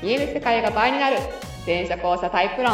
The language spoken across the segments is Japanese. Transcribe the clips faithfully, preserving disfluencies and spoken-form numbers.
見える世界が倍になる全車交差タイプ論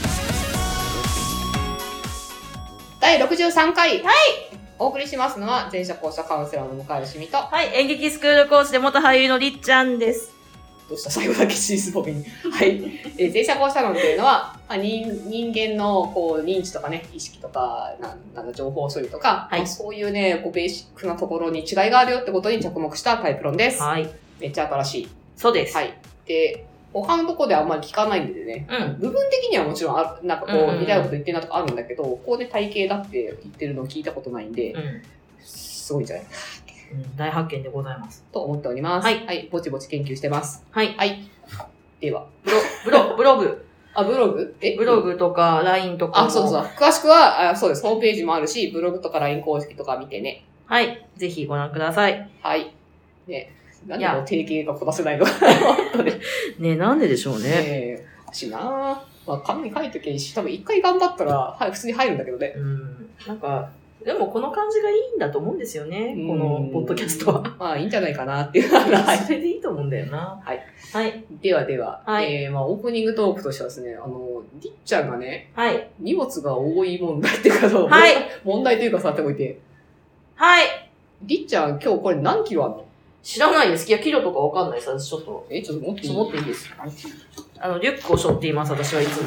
だいろくじゅうさんかい、 はい、 お送りしますのは全車交差カウンセラーの向井しみと、 はい、演劇スクール講師で元俳優のりっちゃんです。 どうした最後だけシースボビにはい、えー、全車交差論というのは、まあ、人, 人間のこう認知とかね意識とかななんだ情報処理とか、 はい、 まあ、そういうねこうベーシックなところに違いがあるよってことに着目したタイプ論です。 はい、 めっちゃ新しい。 そうです。 はい。で他のとこであんまり聞かないんでね、 うん、 部分的にはもちろんあなんかこう、うんうん、似たようなこと言ってるなとかあるんだけど、ここで体型だって言ってるのを聞いたことないんで、うん、すごいんじゃない、 うん、大発見でございますと思っております。 はい、 はい、ぼちぼち研究してます。 はい、 はい。ではブロブロブログあブログえブログとか ライン とかあそうそう詳しくはあそうですホームページもあるしブログとか ライン 公式とか見てね。 はい、ぜひご覧ください。 はい。ね。なんでも定型がこなせないのかねねなんででしょうね。 えー、しなぁ。まあ、紙に書いときゃいいし、多分一回頑張ったら、はい、普通に入るんだけどね。 うん。なんか、でもこの感じがいいんだと思うんですよね。このポッドキャストは。 まあ、いいんじゃないかなっていう話。 それでいいと思うんだよな。 はい。 はい。 ではでは、 はい、 えー、まあ、オープニングトークとしてはですね、あの、りっちゃんがね、 はい。 荷物が多い問題っていうか、 はい。 問題というかさっておいて。 はい。 りっちゃん、今日これ何キロあんの？知らないです。いや、キロとかわかんないです。ちょっと。 え、ちょっと持っていい？ 持っていいです。あの、リュックを背負っています、私はいつも。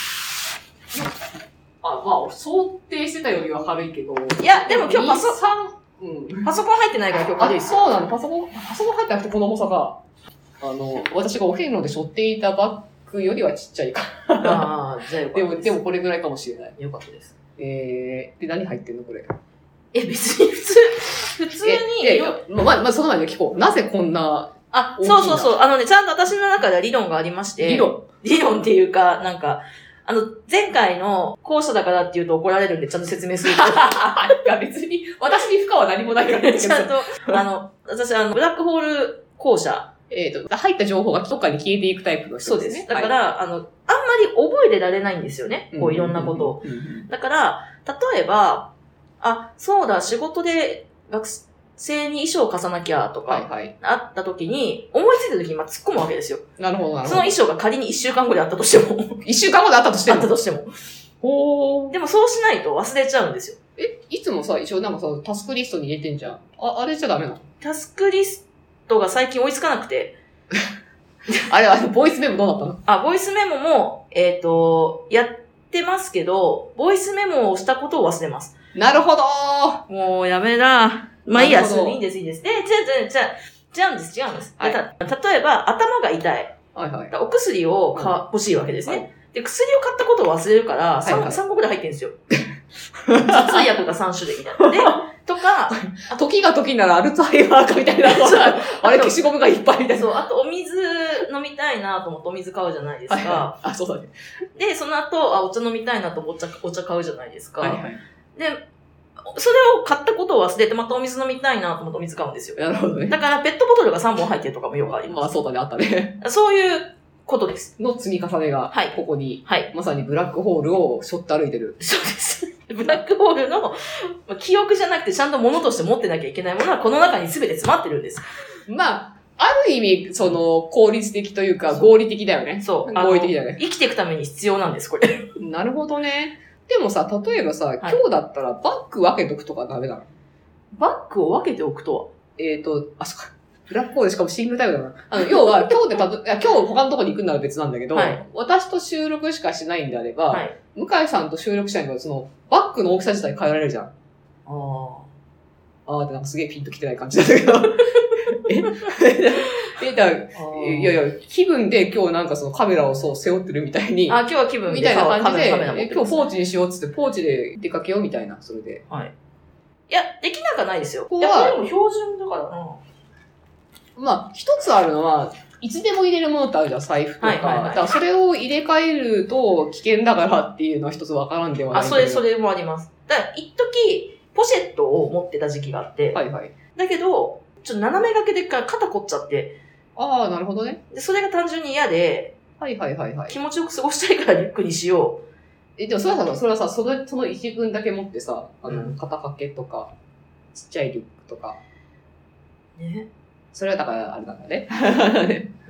あ、まあ、想定してたよりは軽いけど。 いや、でも今日パソコン、うん。 パソコン入ってないから今日軽いです。 そうなの、パソコン、パソコン入ってなくてこの重さが、あの、私がお遍路で背負っていたバッグよりはちっちゃいか。 ああ、じゃあよかったです。 でも、でもこれぐらいかもしれない。 よかったです。 えー、で、何入ってんのこれ。 え、別に普通、普通に。 え、いや、まあ、まあ、その前に聞こう。なぜこんな、 あ、そうそうそう。あのね、ちゃんと私の中では理論がありまして。 理論理論っていうか、なんか、あの、前回の後者だからって言うと怒られるんで、ちゃんと説明すると。いや、別に、私に負荷は何もないからちゃんと、あの、私、あの、ブラックホール後者。 えっと、入った情報がどっかに消えていくタイプの人ですね。 そうです。だから、はい、あの、あんまり覚えてられないんですよね。こう、いろんなことを。だから、例えば、あ、そうだ、仕事で学生に衣装を貸さなきゃとか、あった時に、思いついた時にまあ突っ込むわけですよ。 なるほど、なるほど。 その衣装が仮に一週間後であったとしても。 一週間後であったとしても。 あったとしても。 ほー。 でもそうしないと忘れちゃうんですよ。 え、いつもさ、一応なんかさ、タスクリストに入れてんじゃん。あ、あれじゃダメなの？ タスクリストが最近追いつかなくて。 あれ、あれ、ボイスメモどうなったの？ あ、ボイスメモも、えっと、やってますけど、ボイスメモをしたことを忘れます。 なるほどー。 もうやめな。まあいいや、いいんです、いいんです。で、じゃあ、じゃあ、違うんです、違うんです。はい、た例えば、頭が痛い。 はいはい。 お薬をか、うん、欲しいわけですね、はい。で、薬を買ったことを忘れるから、はいはい、さんこぐらい入ってるんですよ。頭痛薬がさん種類みたいな。で、とか、 時が時ならアルツハイマーかみたいな。あれ、消しゴムがいっぱいみたいな。 そう、あとお水飲みたいなと思ってお水買うじゃないですか。はいはい、 あ、そうだね。 で、その後、あ、お茶飲みたいなと思ってお茶買うじゃないですか。 はいはい、 で、それを買ったことを忘れて、またお水飲みたいなと思ってお水買うんですよ。 なるほどね。 だから、ペットボトルがさんぼん入ってるとかもよくあります。 まあ、そうだね、あったね。 そういうことです。 の積み重ねが、はい。ここに、 はい。 まさにブラックホールを背負って歩いてる。 そうです。ブラックホールの、記憶じゃなくてちゃんと物として持ってなきゃいけないものはこの中に全て詰まってるんです。 まあ、ある意味、その、効率的というか、合理的だよね。 そう。 合理的だよね。 生きていくために必要なんです、これ。 なるほどね。でもさ、例えばさ、はい、今日だったらバッグ分けとくとかダメなの？ バッグを分けておくとはえっ、ー、と、あ、そっか。ブラックホールしかもシングルタイプだな。あの、要は、今日でたと、いや、今日他のとこに行くなら別なんだけど、はい、私と収録しかしないんであれば、はい、向井さんと収録したいのは、その、バッグの大きさ自体変えられるじゃん。ああ。あーってなんかすげえピンときてない感じなんだけど。ええ、だいやいや、気分で今日なんかそのカメラをそう背負ってるみたいに。 あ、今日は気分で。 みたいな感じで、え今日ポーチにしようっつってポーチで出かけようみたいな、それで。 はい。いや、できなくはないですよ。ここは、でも標準だからな。 まあ、一つあるのは、いつでも入れるものってあるじゃん、財布とか。はいはいはい、だからそれを入れ替えると危険だからっていうのは一つわからんではない。 あ、それ、それもあります。だから、一時ポシェットを持ってた時期があって。はいはい。だけど、ちょっと斜め掛けで肩凝っちゃって。 ああ、なるほどね。 で、それが単純に嫌で。 はいはいはいはい。 気持ちよく過ごしたいからリュックにしよう。 え、でもそれはさ、それはさ、その、その一文だけ持ってさ、あの、うん、肩掛けとか、ちっちゃいリュックとか。 ね。 それはだから、あれなんだね。 うん、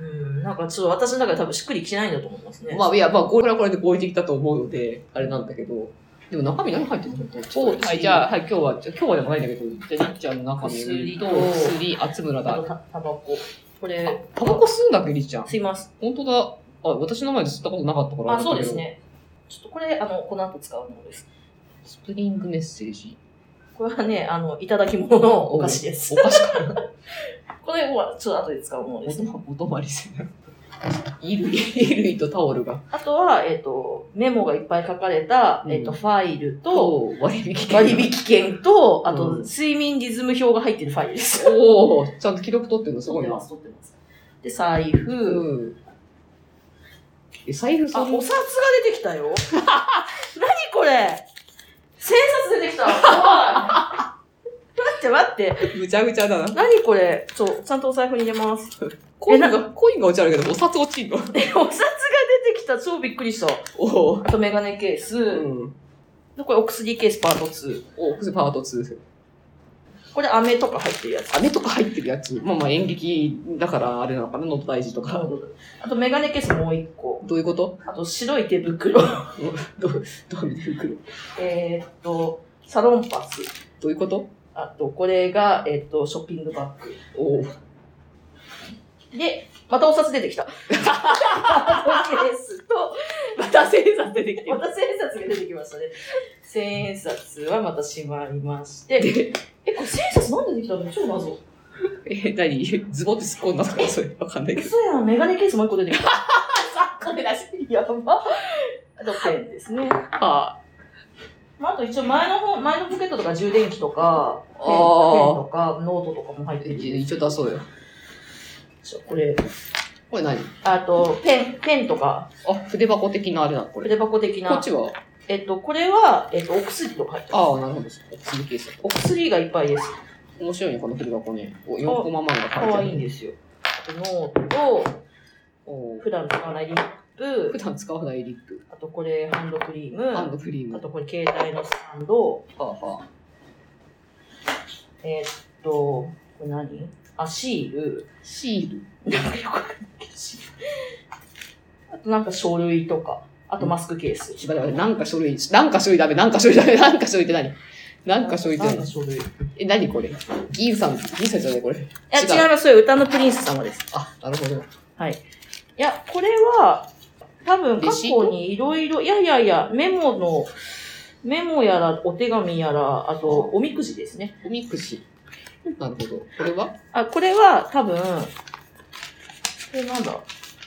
なんかちょっと私の中で多分しっくりきてないんだと思いますね。 まあ、いや、まあ、これはこれで合理的だと思うので、あれなんだけど。でも中身何入ってるのはい、じゃあ、はい、今日は、今日はでもないんだけど、じゃあ、りっちゃんの中身を見ると、薬、あつむらだ。 タバコ。これ。 タバコ吸うんだっけ、りっちゃん。 吸います。 本当だ。あ、私の前で吸ったことなかったから。 あ、そうですね。ちょっとこれ、あの、この後使うものです。 スプリングメッセージ。 これはね、あの、いただき物のお菓子です。 お菓子か。 これは、ちょっと後で使うものですね。 お泊まりせな。衣類、衣類とタオルが。 あとは、えっ、ー、と、メモがいっぱい書かれた、うん、えっ、ー、と、ファイルと、 割引券。 割引券と、あと、うん、睡眠リズム表が入ってるファイルです。 おお、ちゃんと記録取ってるのすごいな。 取ってます、取ってます。で、財布。うん、 え、財布あ、お札が出てきたよ。何これ千冊出てきた。おい待って待って。 ぐちゃぐちゃだな。 何これそう、ちゃんとお財布に入れます。 コインが、コインが落ちあるけど、お札落ちんの。 え、お札が出てきた。超びっくりした。 おお。 あとメガネケース。うん。で、これお薬ケースパートツー。 お、お薬パートツー。 これ飴とか入ってるやつ。 飴とか入ってるやつ。まあまあ演劇だからあれなのかな、ノート大事とか。 あとメガネケースもう一個。 どういうこと？ あと白い手袋。 どう、どういう手袋？ えーっと、サロンパス。 どういうこと？ あと、これが、えーっと、ショッピングバッグ。 おで、またお札出てきた。ケースと、 また千円札出てきて。 また千円札が出てきましたね。千円札はまた閉まりまして。え、これ千円札なんで出てきたの？超謎。 え、何？ズボって突っ込んだのかそれわかんないけど。 嘘やん、メガネケースもう一個出てきた。 さっこれだし。 やば。あとペンですね。 はあ。 まあ、あと一応前の方、前のポケットとか充電器とか、ペン、ペンとかノートとかも入ってる。 一応出そうよ。 これ。 これ何？ あと、ペン、ペンとか。 あ、筆箱的なあれなのこれ。 筆箱的な。 こっちは？ えっと、これは、えっと、お薬とか入ってます。 ああ、なるほど。お薬ケース。 お薬がいっぱいです。 面白いね、この筆箱ね。よんコマ漫画書いてある。 かわいいんですよ。あと、ノートと、普段使わないリップ。 普段使わないリップ。 あと、これ、ハンドクリーム。 ハンドクリーム。 あと、これ、携帯のスタンド。 はあはあ。 えー、っと、これ何？あ、シール。 シールなんかよくわかんないけど、シール。あとなんか書類とか。あとマスクケース。 しばらくなんか書類、なんか書類ダメ、なんか書類ダメ、なんか書類って何？なんか書類って何？ なんか書類。 え、何これ？ギーさん、ギーさんじゃないこれ。いや、違います。それ歌のプリンス様です。 あ、なるほど。 はい。いや、これは、多分過去にいろいろ、いやいやいや、メモの、メモやら、お手紙やら、あと、おみくじですね。 おみくじ。なるほど。これは？ あ、これは多分、これなんだ？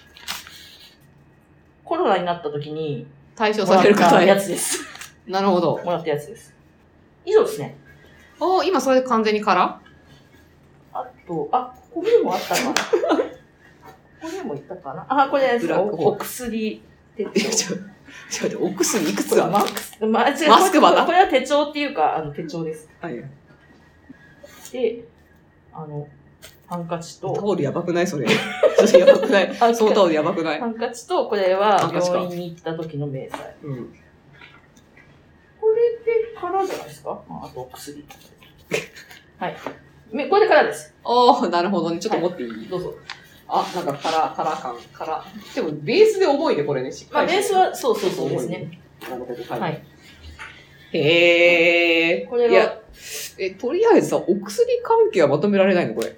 コロナになった時に、 対象される方のやつです。 なるほど。 もらったやつです。以上ですね。 ああ、今それで完全に空？ あと、あ、ここにもあったかな。ここにもいったかな。あ、これです。お薬手帳。 ちょ、ちょっとお薬いくつある？ マスク、ま、 マスクまだ？ これは手帳っていうか、あの手帳です。 はい。 で、あの、ハンカチと。 タオルやばくないそれ。それやばくない。そのタオルやばくない。 ハンカチと、これは病院に行った時の明細。うん。これで空じゃないですか？まあ、あと薬。はい。これで空です。 ああ、なるほどね。ちょっと持っていい？ はい、どうぞ。 あ、なんかカラー、カラー感、カラー。でも、ベースで重いね、これね、しっかり。 まあ、ベースは、そうそうそうですね。 なるほど、はい。 はい、 へー。 これは。 いや、え、とりあえずさ、お薬関係はまとめられないのこれ。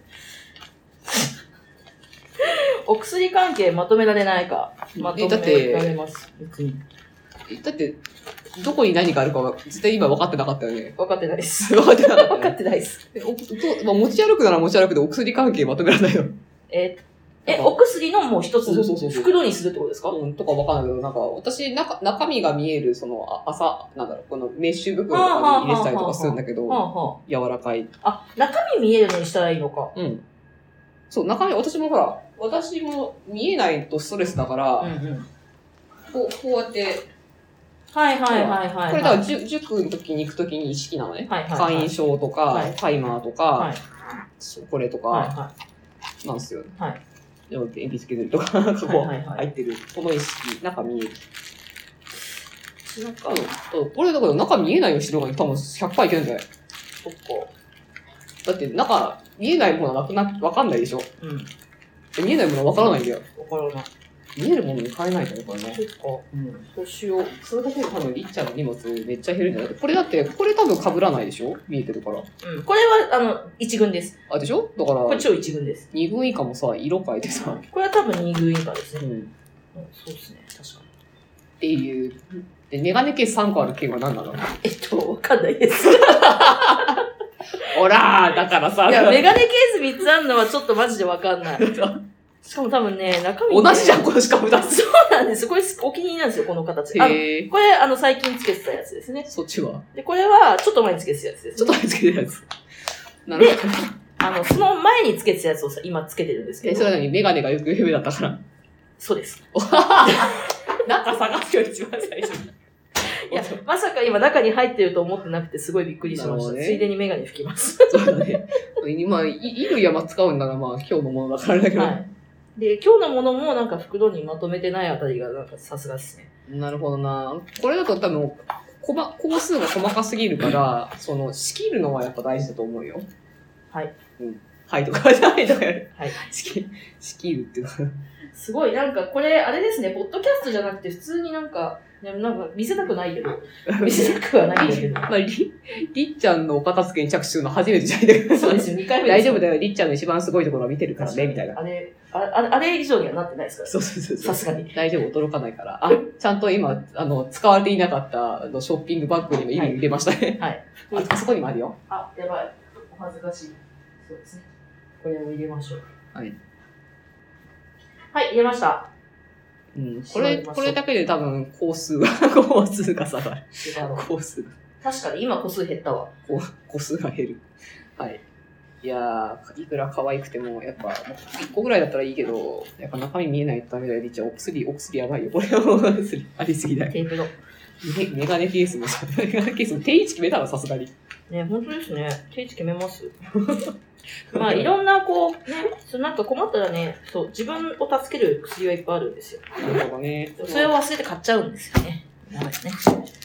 お薬関係まとめられないか。まとめられます。別に。 だって、どこに何があるかは、絶対今分かってなかったよね。 分かってないです。 分かってなかった、ね。 分かってないです。 え、おとまあ、持ち歩くなら持ち歩くでお薬関係まとめられないの。 え、え、お薬のもう一つ、 そうそうそうそう袋にするってことですか？ うん、とか分かんないけど、なんか、私、中、中身が見える、その、朝、なんだろう、このメッシュ袋とかに入れてたりとかするんだけど、柔らかい。 あ、中身見えるのにしたらいいのか。 うん。そう、中身、私もほら、私も見えないとストレスだから、うんうん、こう、こうやって、 はいはいはいはい。 これだから塾の時に行く時に意識なのね。はいはいはい、会員証とか、はい、タイマーとか、はい、これとか、はいはい、なんですよね。はい。でも鉛筆削りとか、ここ入ってる。この意識、中見える。なんか、これだから中見えない後ろが多分ひゃくパーセントいけるんじゃない？そっか。だって中見えないものはなくな、わかんないでしょ？うん。 見えないものはわからないんだよ。 わからない。 見えるものに変えないとね、これね。 そっか。うん。そうしよう。 それだけで多分、りっちゃんの荷物めっちゃ減るんじゃない？これだって、これ多分被らないでしょ？見えてるから。 うん。これは、あの、一軍です。 あ、でしょ？だから、 これ超一軍です。 二軍以下もさ、色変えてさ。 これは多分二軍以下ですね。うん。うん、そうですね。確かに。 っていう。で、メガネケースさんこある件は何なの？ えっと、わかんないです。 ほらー、だからさ。 いや、メガネケースみっつあるのはちょっとマジでわかんない。しかも多分ね、中身、ね。 同じじゃん、このしかもだ。 そうなんです。これお気に入りなんですよ、この形。あのこれ、あの、最近つけてたやつですね。 そっちはで、これは、ちょっと前につけてたやつです、ね。 ちょっと前につけてたやつ。なるほど。で、 あの、その前につけてたやつをさ、今つけてるんですけど。 え、それは何？メガネが行方不明だったから。 そうです。 中探すよ、一番最初に。 いや、まさか今中に入ってると思ってなくてすごいびっくりしました。ね、ついでにメガネ拭きます。 そうだね。まあ、衣類は使うんだが、まあ、今日のものだからだけど。はい。 で、今日のものもなんか袋にまとめてないあたりがなんかさすがですね。 なるほどな。これだと多分、こま、工数が細かすぎるから、その、仕切るのはやっぱ大事だと思うよ。 はい。 うん。はいとか、はいとかやる。 はい。 仕切、仕切るっていうのは。 すごい、なんかこれ、あれですね、ポッドキャストじゃなくて普通になんか、なんか見せたくないけど。見せたくはないけど。 まあ、り、りっちゃんのお片付けに着手するの初めてじゃないけど。 そうですよ、にかいめ大丈夫だよ、りっちゃんの一番すごいところは見てるからね、みたいな。 あれ、あれ、あれ以上にはなってないですから、ね。 そうそうそう。 さすがに。 大丈夫、驚かないから。あ、ちゃんと今、あの、使われていなかったあのショッピングバッグにも意味入れましたね。 はい。 はい、あ、あそこにもあるよ。 あ、やばい。お恥ずかしい。そうですね。これを入れましょう。 はい。 はい、入れました。 うん、これ、これだけで多分、工数が、工数が下がる。工数が。 確かに今個数減ったわ。 個数が減る。はい。いやー、いくら可愛くても、やっぱ、いっこぐらいだったらいいけど、やっぱ中身見えないとダメだよ、りっちゃん。お薬、お薬やばいよ。これは、薬ありすぎだよ。 テープの。 メ, メガネケースもさ、メガネケースも定位置決めたらさすがに。 ね、本当ですね。定位置決めます。まあ、いろんな、こう、ね、そなんか困ったらね、そう、自分を助ける薬はいっぱいあるんですよ。 なるほどね。 それを忘れて買っちゃうんですよね。やばいですね。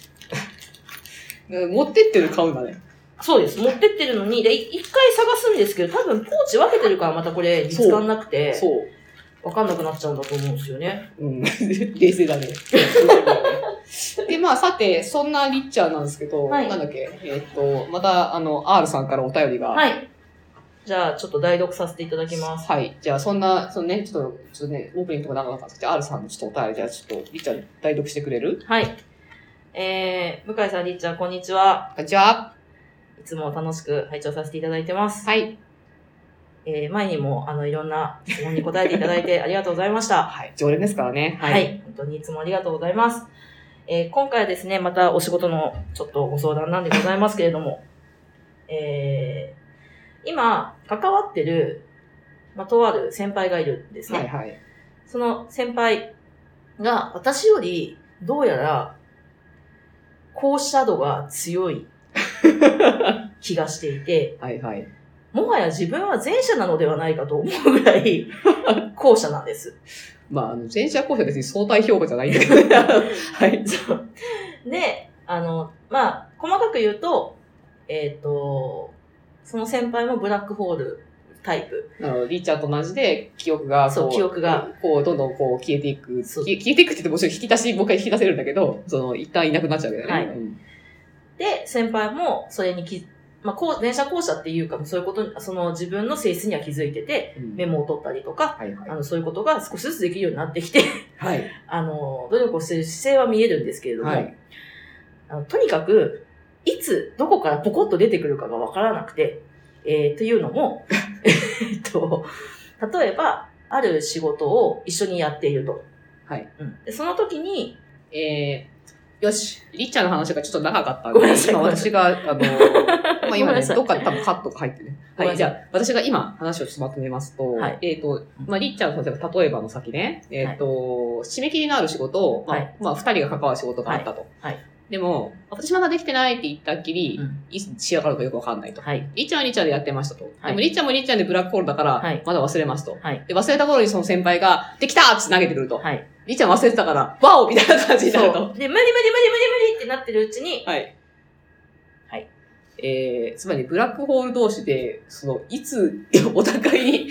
持ってってる買うんだね。 そうです。持ってってるのに、で、一回探すんですけど、多分ポーチ分けてるからまたこれ見つかんなくて、そう。わかんなくなっちゃうんだと思うんですよね。 うん。冷静だね。で、まあ、さて、そんなリッチャーなんですけど、はい、なんだっけ、えー、っと、また、あの、R さんからお便りが。 はい。じゃあ、ちょっと代読させていただきます。 はい。じゃあ、そんな、そのね、ちょっと、ちょっとね、オープニングとか長かったんですけど、R さんのちょっとお便り、じゃあ、ちょっと、リッチャー代読してくれる？ はい。えー、向井さん、リッチャー、こんにちは。 こんにちは。 いつも楽しく拝聴させていただいてます。 はい。 えー、前にも、あの、いろんな質問に答えていただいてありがとうございました。 はい。常連ですからね。 はい。はい。本当にいつもありがとうございます。えー、今回はですね、またお仕事のちょっとご相談なんでございますけれども、えー、今、関わってる、まあ、とある先輩がいるんですね。 はいはい。 その先輩が、私より、どうやら、放射度が強い気がしていて、 はいはい。 もはや自分は前者なのではないかと思うぐらい、後者なんです。 まあ、あの、前者後者別に相対評価じゃないんだけどね。はい。 そう。で、あの、まあ、細かく言うと、えっと、その先輩もブラックホールタイプ。 なるほど。リーちゃんと同じで、記憶が、 そう、記憶が、 こう、どんどんこう消えていく。消えていくって言ってもちろん引き出し、もう一回引き出せるんだけど、その、一旦いなくなっちゃうわけだよね。はい。うん、 で、先輩もそれに気まあ、こう、前者後者っていうか、そういうことに、その自分の性質には気づいてて、うん、メモを取ったりとか、はいはい、あの、そういうことが少しずつできるようになってきて、はい。あの、努力をしている姿勢は見えるんですけれども、はい、あのとにかく、いつ、どこからポコッと出てくるかがわからなくて、えー、というのも、えっと、例えば、ある仕事を一緒にやっていると。はい。うん、でその時に、 えー、よし、りっちゃんの話がちょっと長かったんで、今私が、あの、まあ今ね、どっかで多分カットが入ってね。はい、じゃあ、私が今話をちょっとまとめますと、はい、えっ、ー、と、まありっちゃんの例えばの先ね、えっ、ー、と、はい、締め切りのある仕事を、まあ、はい、まあ二人が関わる仕事があったと。はいはい、でも、私まだできてないって言ったっきり、うん、いつ仕上がるかよくわかんないと。はい、りっちゃんはりっちゃんでやってましたと。はい、でもりっちゃんもりっちゃんでブラックホールだから、はい、まだ忘れますと。はい、で、忘れた頃にその先輩が、できたーって投げてくると。はい、りっちゃん忘れてたから、ワオみたいな感じになると。 で、無理無理無理無理無理ってなってるうちに、はい。 はい。えー、つまりブラックホール同士で、その、いつお互いに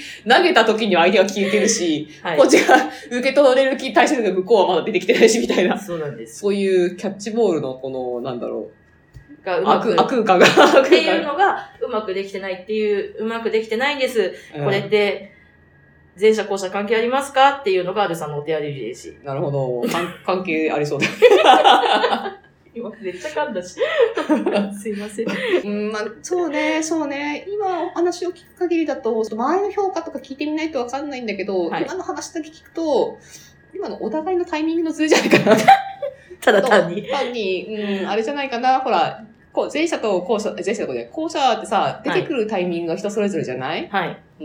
投げた時には相手が消えてるし、はい、こっちが受け取れる気対してるけど向こうはまだ出てきてないしみたいな。 そうなんです。 そういうキャッチボールのこの、なんだろう。 がうまく。 悪空間が。 っていうのがうまくできてないっていう、うまくできてないんです。うん、これって、前者後者関係ありますかっていうのがアルさんのお手やりですし。 なるほど。関係ありそうだ。 今めっちゃ噛んだし。すいません。 うん、まあ、そうね、そうね。今お話を聞く限りだと、周りの評価とか聞いてみないとわかんないんだけど、はい、今の話だけ聞くと、今のお互いのタイミングのズレじゃないかな。 ただ単に。 単に、うん、あれじゃないかな。ほら、こう前者と後者、前者と後者ってさ、出てくるタイミングが人それぞれじゃない？ はい。 うん。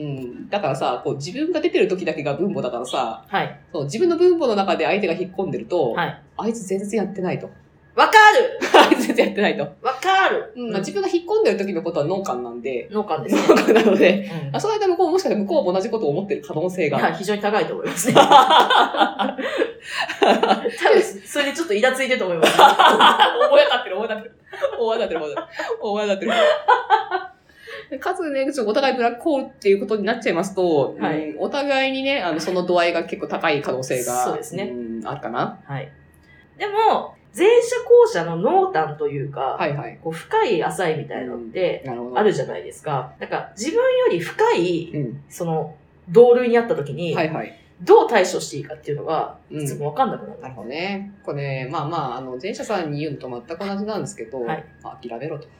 だからさ、こう自分が出てる時だけが分母だからさ、 はい。 そう、自分の分母の中で相手が引っ込んでると、 はい。 あいつ全然やってないと。 わかるあいつ全然やってないと。 わかるうん。まあ、自分が引っ込んでる時のことは脳幹なんで。 脳幹ですね。 脳幹なので、 うん、 その間向こうもしかして向こうも同じことを思ってる可能性が。 はい、非常に高いと思いますね。多分、それでちょっとイラついてると思います。 思い当たってる、思い当たってる。思い当たってる、思い当たってる。かつね、お互いブラックホールっていうことになっちゃいますと、はい、うん、お互いにね、あの、その度合いが結構高い可能性が、 そうですね。 うん、あるかな。 はい。でも、前者後者の濃淡というか、 はいはい、 こう深い浅いみたいなのってあるじゃないですか。だから自分より深い、うん、その、同類にあった時に、はいはい、どう対処していいかっていうのが、いつもわかんなくなる、 うん。なるほどね。これね、まあまあ、あの、前者さんに言うのと全く同じなんですけど、はい、まあ、諦めろと。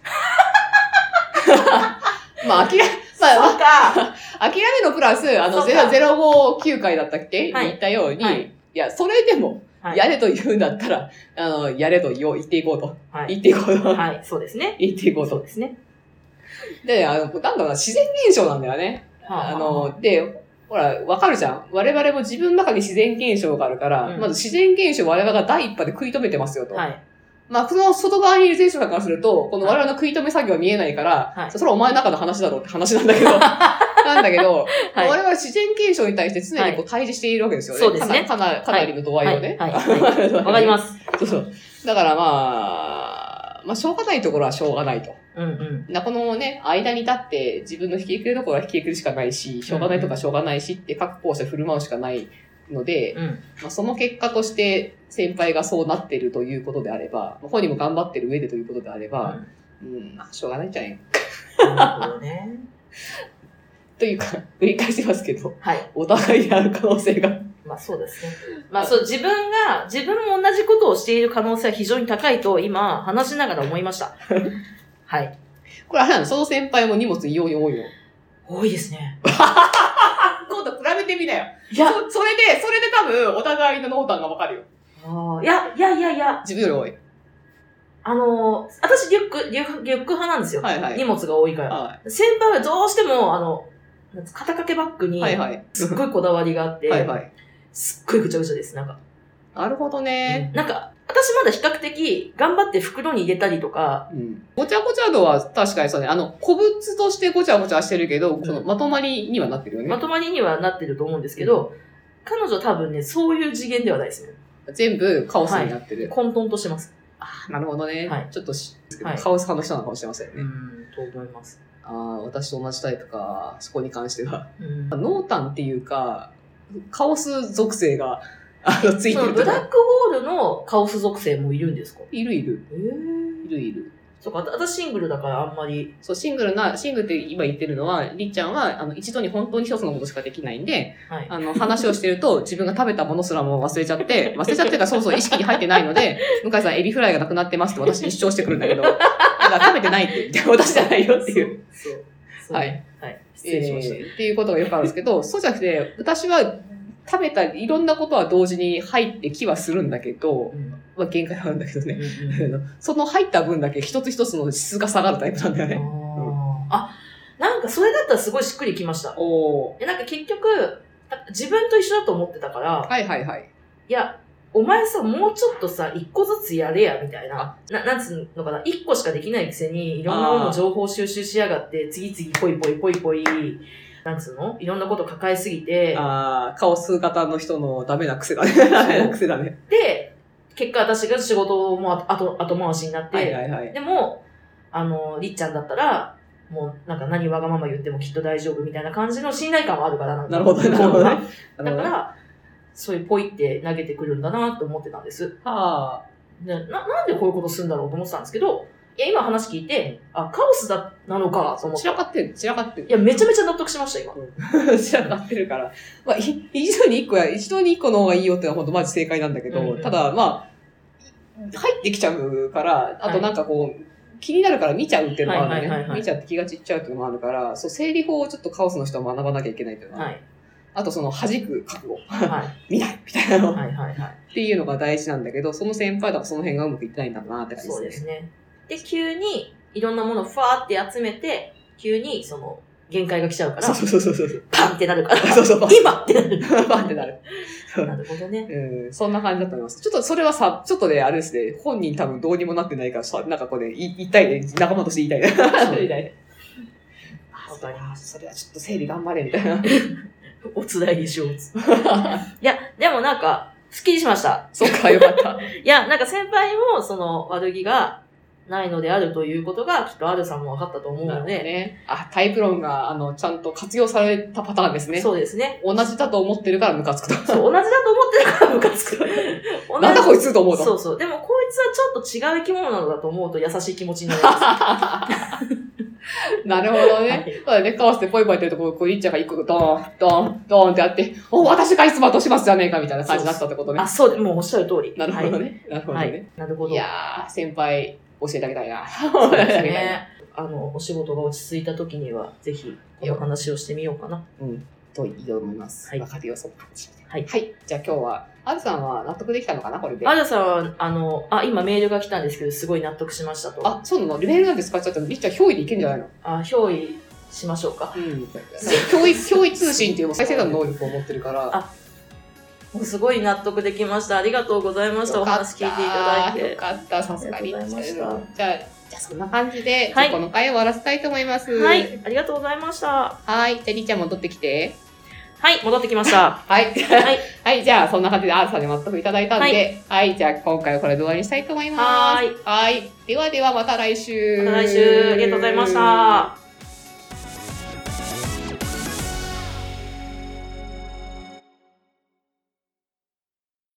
まあ、諦め、まあ、か諦めのプラス、あの、ゼロごきゅうかいだったっけ、はい、言ったように、はい、いや、それでも、はい、やれと言うんだったら、あの、やれと言おう、言っていこうと。はい、言っていこうと。 はい、そうですね。 言っていこうと。 そうですね。 で、あの、なんだろうな、自然現象なんだよね。はあ、あの、で、ほら、わかるじゃん。我々も自分の中に自然現象があるから、うん、まず自然現象を我々が第一波で食い止めてますよと。はい。まあ、その外側にいる前者さんからすると、この我々の食い止め作業は見えないから、はい、それはお前の中の話だろうって話なんだけど、なんだけど、はい、我々は自然現象に対して常にこう対峙しているわけですよね。 はい、そうですね。 かなり、かなりの度合いをね。 はい。わ、はいはい、かります。 そうそう。だからまあ、まあ、しょうがないところはしょうがないと。 うんうん。 このね、間に立って自分の引き受けるところは引き受けるしかないし、しょうがないとかしょうがないしって各校舎振る舞うしかないので、うん、まあ、その結果として先輩がそうなっているということであれば、本人も頑張ってる上でということであれば、うん、うん、まあ、しょうがないんじゃないなるほどね。 というか、繰り返しますけど、 はい。 お互いにある可能性が。 まあそうですね。まあそう、自分が、自分も同じことをしている可能性は非常に高いと今話しながら思いました。はい。 これあれなの、その先輩も荷物異様に多いよ。 多いですね。 今度比べてみなよ。いや、そ、それで、それで多分お互いの濃淡がわかるよ。 ああ、いや、いやいやいや。 自分より多い。 あのー、私リュック、リュック、リュック派なんですよ。はいはい。荷物が多いから。はい、先輩はどうしても、あの、肩掛けバッグに、すっごいこだわりがあって、はいはい、すっごいぐちゃぐちゃです、なんか。 なるほどね、 うん。なんか、私まだ比較的頑張って袋に入れたりとか。 うん。ごちゃごちゃ度は確かにそうね。あの、古物としてごちゃごちゃしてるけど、うん、そのまとまりにはなってるよね。 まとまりにはなってると思うんですけど、うん、彼女多分ね、そういう次元ではないですね。 全部カオスになってる。 はい、混沌としてます。 ああ、なるほどね。はい。ちょっとし、 はい、 カオス派の人なのかもしれませんね。 うん、と思います。 ああ、私と同じタイプか。そこに関しては。うん、濃淡っていうか、カオス属性が、あの、ついてる。 そのブラックホールのカオス属性もいるんですか？ いるいる。 えー、 いるいる。 そうか、私シングルだからあんまり。 そう、シングルな、シングルって今言ってるのは、りっちゃんは、あの、一度に本当に一つのことしかできないんで、はい、あの、話をしてると、自分が食べたものすらも忘れちゃって、忘れちゃってからそもそも意識に入ってないので、向井さんエビフライがなくなってますって私に主張してくるんだけど、だから食べてないって言って、私じゃないよっていう。 そう。そうそうはい。 はい。失礼しました、 えー。っていうことがよくあるんですけど、そうじゃなくて、私は、食べたり、いろんなことは同時に入ってきはするんだけど、うん、まあ限界はあるんだけどね。うんうん、その入った分だけ一つ一つの質が下がるタイプなんだよね。あ、 うん、あ、なんかそれだったらすごいしっくりきました。おえなんか結局、自分と一緒だと思ってたから、 はいはいはい。 いや、お前さ、もうちょっとさ、一個ずつやれや、みたいな。な、なんつうのかな、一個しかできないくせに、いろんなもの情報収集しやがって、次々ポイポイポイポイ、なんつうのいろんなこと抱えすぎて。 ああ、カオス型の人のダメな癖だね。ダメな癖だね。 で、結果私が仕事も後、後回しになって。はいはいはい。でも、あの、りっちゃんだったら、 もうなんか何わがまま言ってもきっと大丈夫みたいな感じの信頼感はあるからなんか。 なるほど、なるほど、ね。 だから、そういうポイって投げてくるんだなって思ってたんです。はあ。でな、なんでこういうことするんだろうと思ってたんですけど、いや、今話聞いて、あ、カオスだ、なのか、と思って。 散らかってる、散らかってる。 いや、めちゃめちゃ納得しました、 今。散らかってるから。まあ、一度に一個や、一度に一個の方がいいよってのは本当マジ正解なんだけど、うんうん、ただ、まあ、入ってきちゃうから、あとなんかこう、はい、気になるから見ちゃうっていうのもあるね、はいはいはいはい。見ちゃって気が散っちゃうっていうのもあるから、そう、整理法をちょっとカオスの人は学ばなきゃいけないっていうのは。はい、あとその弾く覚悟。はい、見ないみたいなの。はいはいはい。っていうのが大事なんだけど、その先輩だとその辺がうまくいってないんだなって感じですね。 そうですね。で、急にいろんなものをファーって集めて、急にその限界が来ちゃうから、 そうそうそうそう。 パンってなるから、 そうそう、 今ってなる。 パンってなる。 なるほどね。 うん、そんな感じだと思います。ちょっとそれはさ、ちょっとね、あれですね、本人多分どうにもなってないからさ、なんかこうね、言いたいね、仲間として言いたいね。そう言いたいね。わかります。それはちょっと整理頑張れ、みたいな。 おつらいでしょう。いや、でもなんか、スッキリしました。 そっか、よかった。 いや、なんか先輩も、その、悪気がないのであるということが、きっとアルさんも分かったと思うので。 ね。あ、タイプ論が、あの、ちゃんと活用されたパターンですね。 そうですね。 同じだと思ってるからムカつくと。 そう、同じだと思ってるからムカつく。 なんだこいつと思うと。 そうそう。でも、こいつはちょっと違う生き物なのだと思うと優しい気持ちになります。 なるほどね。はい、そうだね。カオスでポイポイやってるとこ、こう、リッチャーが一個ドーン、ドーン、ドーンってやって、お、私がいつも後始末じゃねえかみたいな感じになったってことね。 あ、そう、もうおっしゃる通り。 なるほどね。はい、なるほどね、はい。 なるほど。 いやー、先輩、教えてあげたいな。 そうですね。あの、お仕事が落ち着いた時には、ぜひ、この話をしてみようかな。 うん。といいと思います。はい。わかるよ、その話。 はい。 はい。じゃあ今日は、アルさんは納得できたのかなこれで。 アルさんは、あの、あ、今メールが来たんですけど、すごい納得しましたと。 あ、そうなのメールなんて使っちゃったのリッチャー憑依でいけんじゃないのあ、憑依しましょうか。 うん。憑依、憑依通信っていう最先端の能力を持ってるから。 あ、もうすごい納得できました。ありがとうございました。お話聞いていただいて。 よかった、さすがに。 ありがとうございました。 じゃあ、じゃあそんな感じで、はい、この回を終わらせたいと思います。 はい。ありがとうございました。 はい。じゃあ、りっちゃん戻ってきて。 はい、戻ってきました。 はい。はい。はい、じゃあ、そんな感じで R さんに納得いただいたんで、はい、はい、じゃあ、今回はこれで終わりにしたいと思います。はい。はい。ではでは、また来週。 また来週。ありがとうございました。